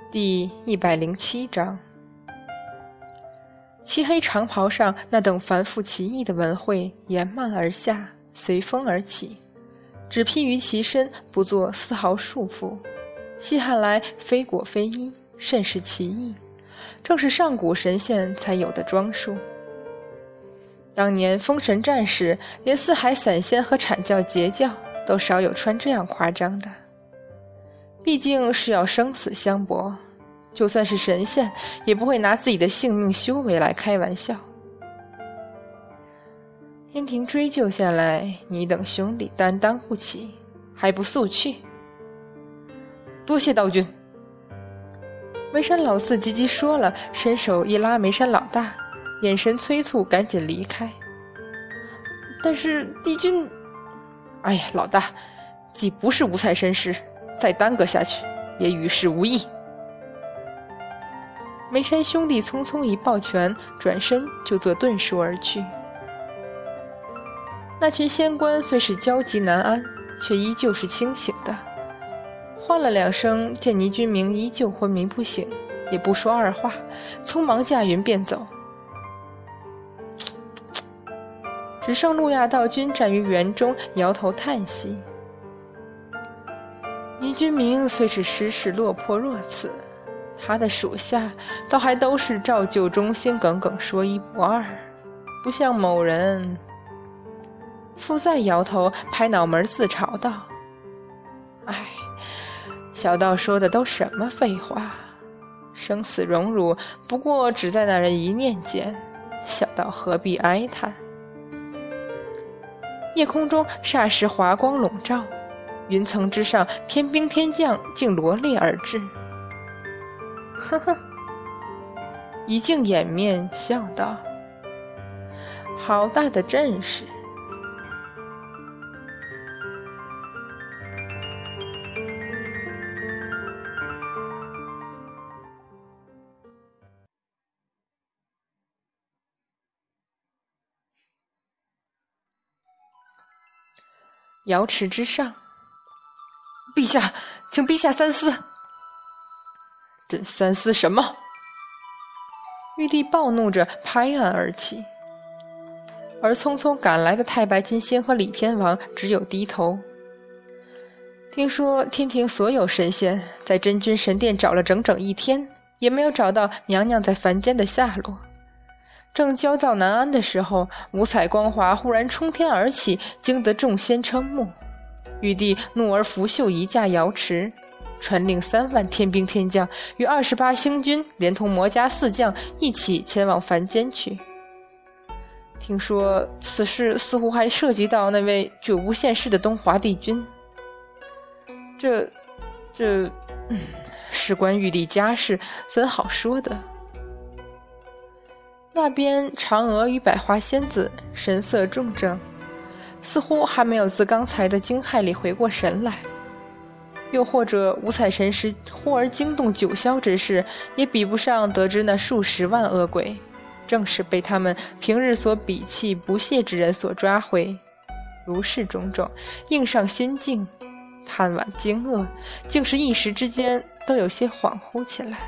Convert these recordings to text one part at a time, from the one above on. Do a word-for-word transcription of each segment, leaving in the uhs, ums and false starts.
第一百零七章。漆黑长袍上那等繁复奇异的文绘沿漫而下，随风而起，只披于其身，不做丝毫束缚。细看来非果非因，甚是奇异，正是上古神仙才有的装束。当年封神战时，连四海散仙和阐教截教都少有穿这样夸张的。毕竟是要生死相搏，就算是神仙也不会拿自己的性命修为来开玩笑。天庭追究下来，你等兄弟担当不起，还不速去？多谢道君。梅山老四急急说了，伸手一拉梅山老大，眼神催促，赶紧离开。但是帝君……哎呀，老大，既不是五彩神师，再耽搁下去也与事无益。梅山兄弟匆匆一抱拳，转身就做遁术而去。那群仙官虽是焦急难安，却依旧是清醒的，唤了两声，见倪君明依旧昏迷不醒，也不说二话，匆忙驾云便走。只剩路亚道君站于园中，摇头叹息。倪君明虽是失势落魄若此，他的属下倒还都是照旧忠心耿耿，说一不二，不像某人。傅再摇头，拍脑门自嘲道：哎，小道说的都什么废话，生死荣辱不过只在那人一念间，小道何必哀叹。夜空中霎时华光笼罩，云层之上天兵天将竟罗列而至。呵呵，一镜掩面笑道：好大的阵势。瑶池之上，陛下，请陛下三思。朕三思什么？玉帝暴怒着拍案而起，而匆匆赶来的太白金星和李天王只有低头。听说天庭所有神仙在真君神殿找了整整一天，也没有找到娘娘在凡间的下落。正焦躁难安的时候，五彩光华忽然冲天而起，惊得众仙瞠目。玉帝怒而拂袖移驾瑶池，传令三万天兵天将与二十八星君连同魔家四将一起前往凡间去。听说此事似乎还涉及到那位久无现世的东华帝君。这这、嗯、事关玉帝家事，怎好说的？那边嫦娥与百花仙子神色重正，似乎还没有自刚才的惊骇里回过神来。又或者五彩神师忽而惊动九霄之事，也比不上得知那数十万恶鬼正是被他们平日所鄙弃不屑之人所抓回。如是种种，映上心境，叹惋惊愕，竟是一时之间都有些恍惚起来。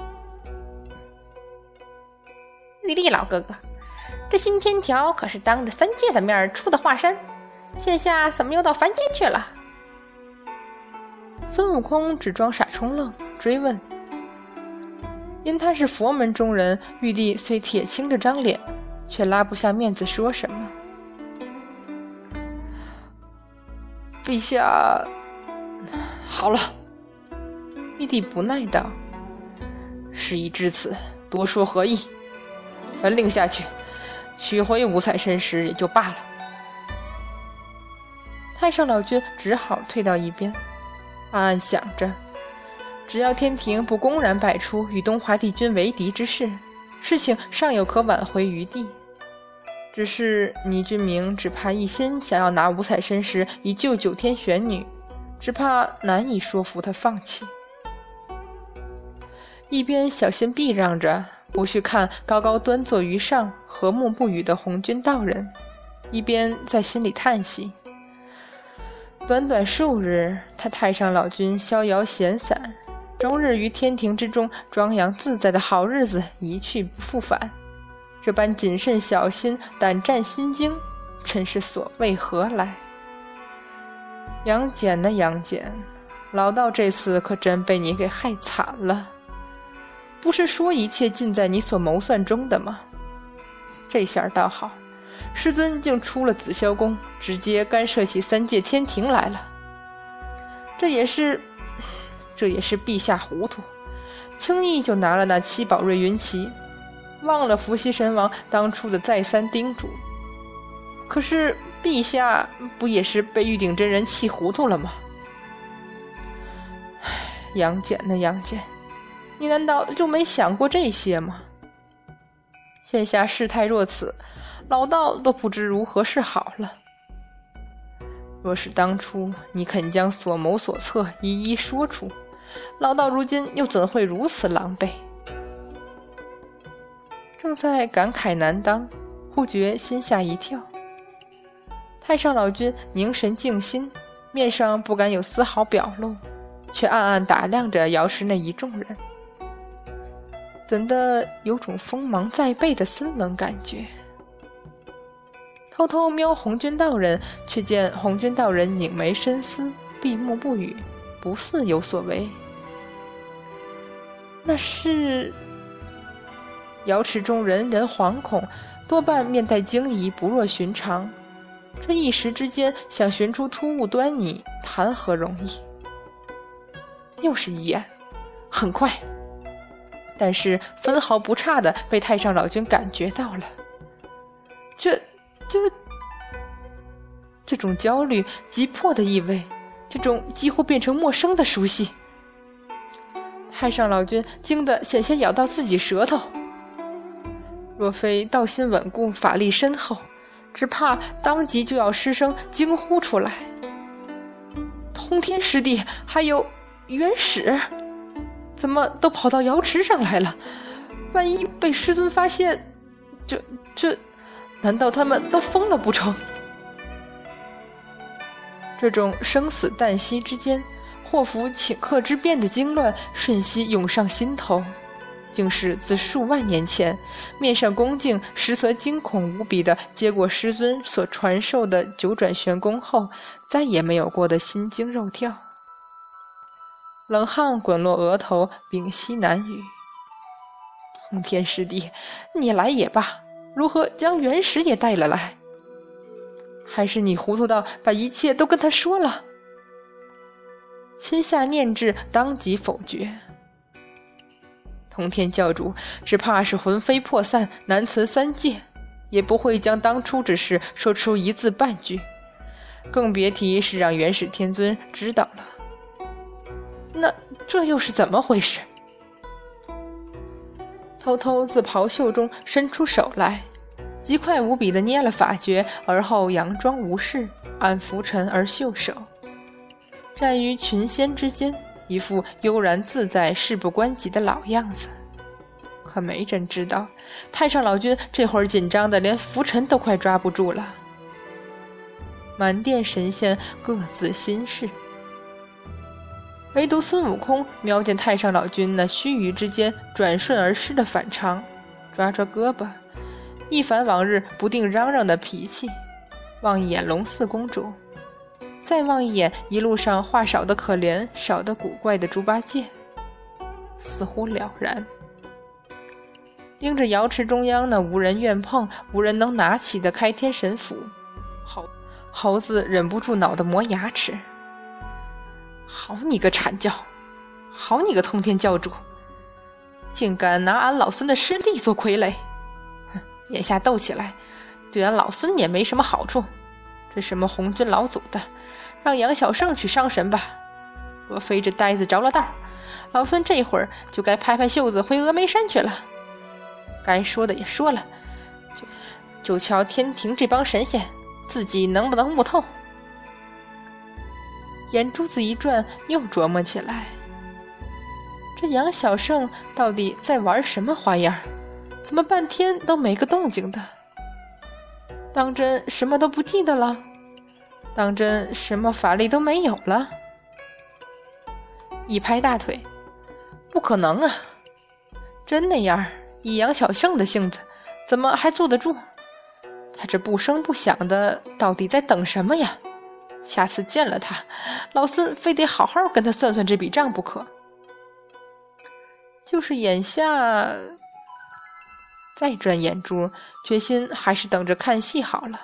玉帝老哥哥，这新天条可是当着三界的面出的华山，现下怎么又到凡间去了？孙悟空只装傻充愣，追问。因他是佛门中人，玉帝虽铁青着张脸，却拉不下面子说什么。陛下，好了。玉帝不耐道：事已至此，多说何益？传令下去，取回五彩神石也就罢了。太上老君只好退到一边，暗暗想着，只要天庭不公然摆出与东华帝君为敌之势，事情尚有可挽回余地。只是倪君明只怕一心想要拿五彩神石以救九天玄女，只怕难以说服他放弃。一边小心避让着，不去看高高端坐于上和睦不语的红军道人，一边在心里叹息。短短数日，他太上老君逍遥闲散， 终日于天庭之中庄养自在的好日子一去不复返，这般谨慎小心、胆战心惊，真是所谓何来？杨戬呢杨戬，老道这次可真被你给害惨了。不是说一切尽在你所谋算中的吗？这下倒好，师尊竟出了紫霄宫，直接干涉起三界天庭来了。这也是这也是陛下糊涂，轻易就拿了那七宝瑞云旗，忘了伏羲神王当初的再三叮嘱。可是陛下不也是被玉鼎真人气糊涂了吗？杨戬呢杨戬，你难道就没想过这些吗？现下事态若此，老道都不知如何是好了。若是当初你肯将所谋所策一一说出，老道如今又怎会如此狼狈？正在感慨难当，忽觉心下一跳。太上老君凝神静心，面上不敢有丝毫表露，却暗暗打量着瑶池那一众人，怎的有种锋芒在背的森冷感觉。偷偷瞄红军道人，却见红军道人拧眉深思，闭目不语，不似有所为。那是……瑶池中人人惶恐，多半面带惊疑，不若寻常。这一时之间想寻出突兀端倪，谈何容易？又是一眼，很快，但是分毫不差的被太上老君感觉到了。这这这种焦虑、急迫的意味，这种几乎变成陌生的熟悉，太上老君惊得险些咬到自己舌头。若非道心稳固，法力深厚，只怕当即就要失声惊呼出来。通天师弟还有元始怎么都跑到瑶池上来了？万一被师尊发现，这这难道他们都疯了不成？这种生死旦夕之间，祸福顷刻之变的惊乱瞬息涌上心头，竟是自数万年前面上恭敬实则惊恐无比的接过师尊所传授的九转玄功后再也没有过的心惊肉跳。冷汗滚落额头，屏息难语。通天师弟，你来也罢，如何将元始也带了来？还是你糊涂到把一切都跟他说了？心下念至，当即否决。通天教主只怕是魂飞魄散，难存三界，也不会将当初之事说出一字半句，更别提是让元始天尊知道了。那这又是怎么回事？偷偷自袍袖中伸出手来，极快无比地捏了法诀，而后佯装无事，按拂尘而袖手，站于群仙之间，一副悠然自在、事不关己的老样子。可没人知道，太上老君这会儿紧张的连拂尘都快抓不住了。满殿神仙各自心事，唯独孙悟空瞄见太上老君那须臾之间转瞬而逝的反常，抓抓胳膊，一反往日不定嚷嚷的脾气，望一眼龙四公主，再望一眼一路上话少的可怜少的古怪的猪八戒，似乎了然。盯着瑶池中央那无人愿碰无人能拿起的开天神斧，猴猴子忍不住恼得磨牙齿。好你个阐教，好你个通天教主，竟敢拿俺老孙的师弟做傀儡！哼，眼下斗起来对俺老孙也没什么好处。这什么红军老祖的，让杨小胜去伤神吧。若非这呆子着了道，老孙这会儿就该拍拍袖子回峨眉山去了。该说的也说了，就就瞧天庭这帮神仙自己能不能悟透。眼珠子一转，又琢磨起来，这杨小胜到底在玩什么花样？怎么半天都没个动静的？当真什么都不记得了？当真什么法力都没有了？一拍大腿， 不可能啊！真那样，以杨小胜的性子，怎么还坐得住？他这不声不响的，到底在等什么呀？下次见了他，老孙非得好好跟他算算这笔账不可。就是眼下，再转眼珠，决心还是等着看戏好了。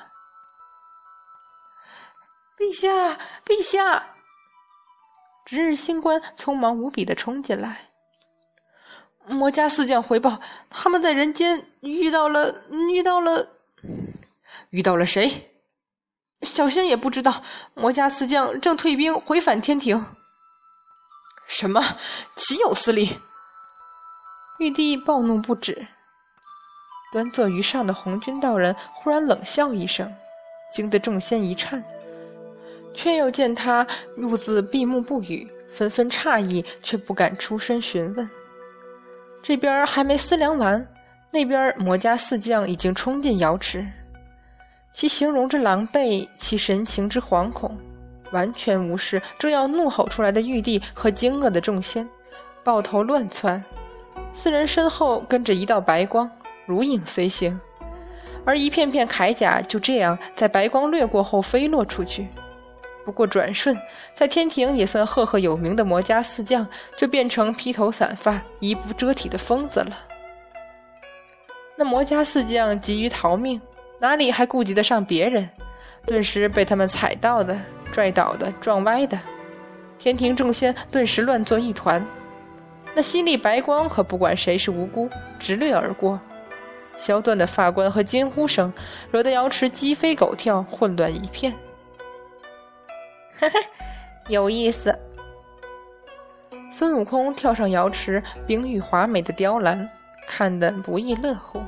陛下，陛下！值日星官匆忙无比地冲进来。魔家四将回报，他们在人间遇到了，遇到了，遇到了谁？小仙也不知道。魔家四将正退兵回返天庭。什么？岂有此理！玉帝暴怒不止。端坐于上的红军道人忽然冷笑一声，惊得众仙一颤，却又见他兀自闭目不语，纷纷诧异，却不敢出声询问。这边还没思量完，那边魔家四将已经冲进瑶池，其形容之狼狈，其神情之惶恐，完全无视正要怒吼出来的玉帝和惊愕的众仙，抱头乱窜。四人身后跟着一道白光，如影随形，而一片片铠甲就这样在白光掠过后飞落出去。不过转瞬，在天庭也算赫赫有名的魔家四将就变成披头散发、衣不遮体的疯子了。那魔家四将急于逃命，哪里还顾及得上别人？顿时被他们踩到的、拽倒的、撞歪的，天庭众仙顿时乱作一团。那犀利白光可不管谁是无辜，直掠而过，削断的发冠和惊呼声惹得瑶池鸡飞狗跳，混乱一片。嘿嘿，有意思。孙悟空跳上瑶池冰玉华美的雕栏，看得不亦乐乎。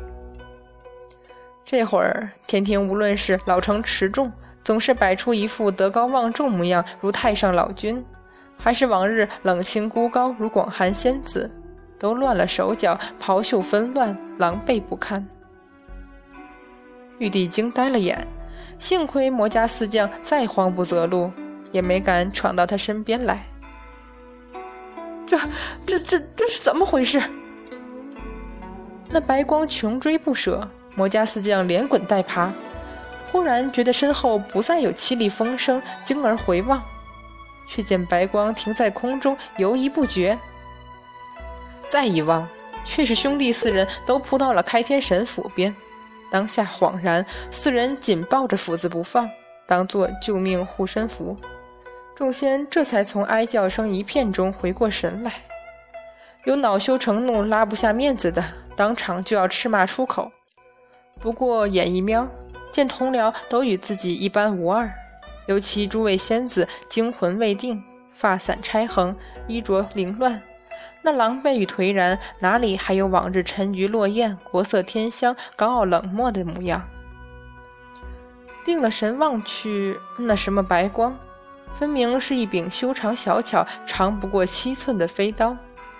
这会儿天庭无论是老成持重，总是摆出一副德高望重模样，如太上老君，还是往日冷清孤高，如广寒仙子，都乱了手脚，袍袖纷乱，狼狈不堪。玉帝惊呆了眼，幸亏魔家四将再慌不择路，也没敢闯到他身边来。这这这这是怎么回事？那白光穷追不舍，魔家四将连滚带爬，忽然觉得身后不再有凄厉风声，惊而回望，却见白光停在空中，游移不绝。再一望，却是兄弟四人都扑到了开天神府边。当下恍然，四人紧抱着斧子不放，当作救命护身符。众仙这才从哀叫声一片中回过神来，有恼羞成怒拉不下面子的，当场就要斥骂出口。不过眼一瞄，见同僚都与自己一般无二，尤其诸位仙子惊魂未定，发散钗横，衣着凌乱，那狼狈与颓然，哪里还有往日沉鱼落雁、国色天香、高傲冷漠的模样？定了神望去，那什么白光，分明是一柄修长小巧、长不过七寸的飞刀。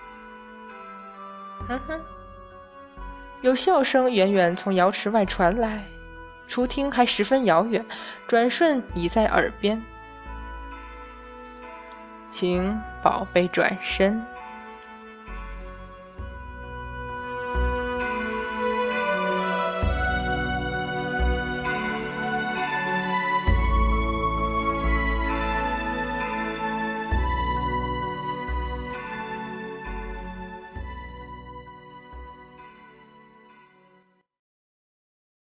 哼哼，有笑声远远从瑶池外传来，初听还十分遥远，转瞬已在耳边。请宝贝转身。